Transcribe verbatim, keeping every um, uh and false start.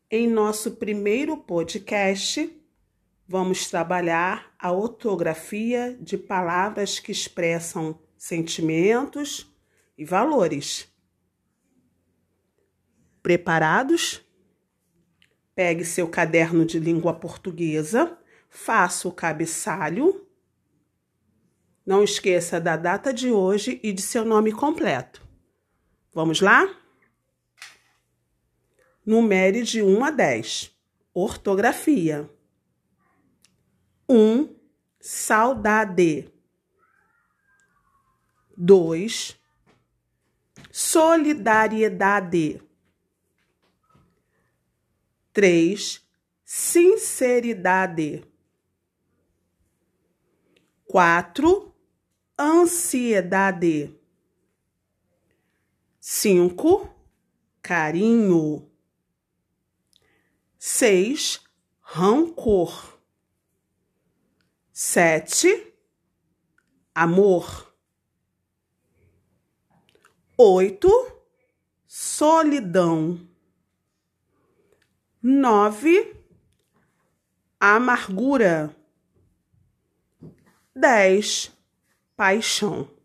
Em nosso primeiro podcast, vamos trabalhar a ortografia de palavras que expressam sentimentos e valores. Preparados? Pegue seu caderno de língua portuguesa, faça o cabeçalho. Não esqueça da data de hoje e de seu nome completo. Vamos lá? Numere de um a dez. Ortografia. um. Saudade. dois. Solidariedade. três. Sinceridade. quatro. Ansiedade. cinco. Carinho. seis. Rancor. Sete. Amor. Oito. Solidão. Nove. Amargura. Dez. Paixão.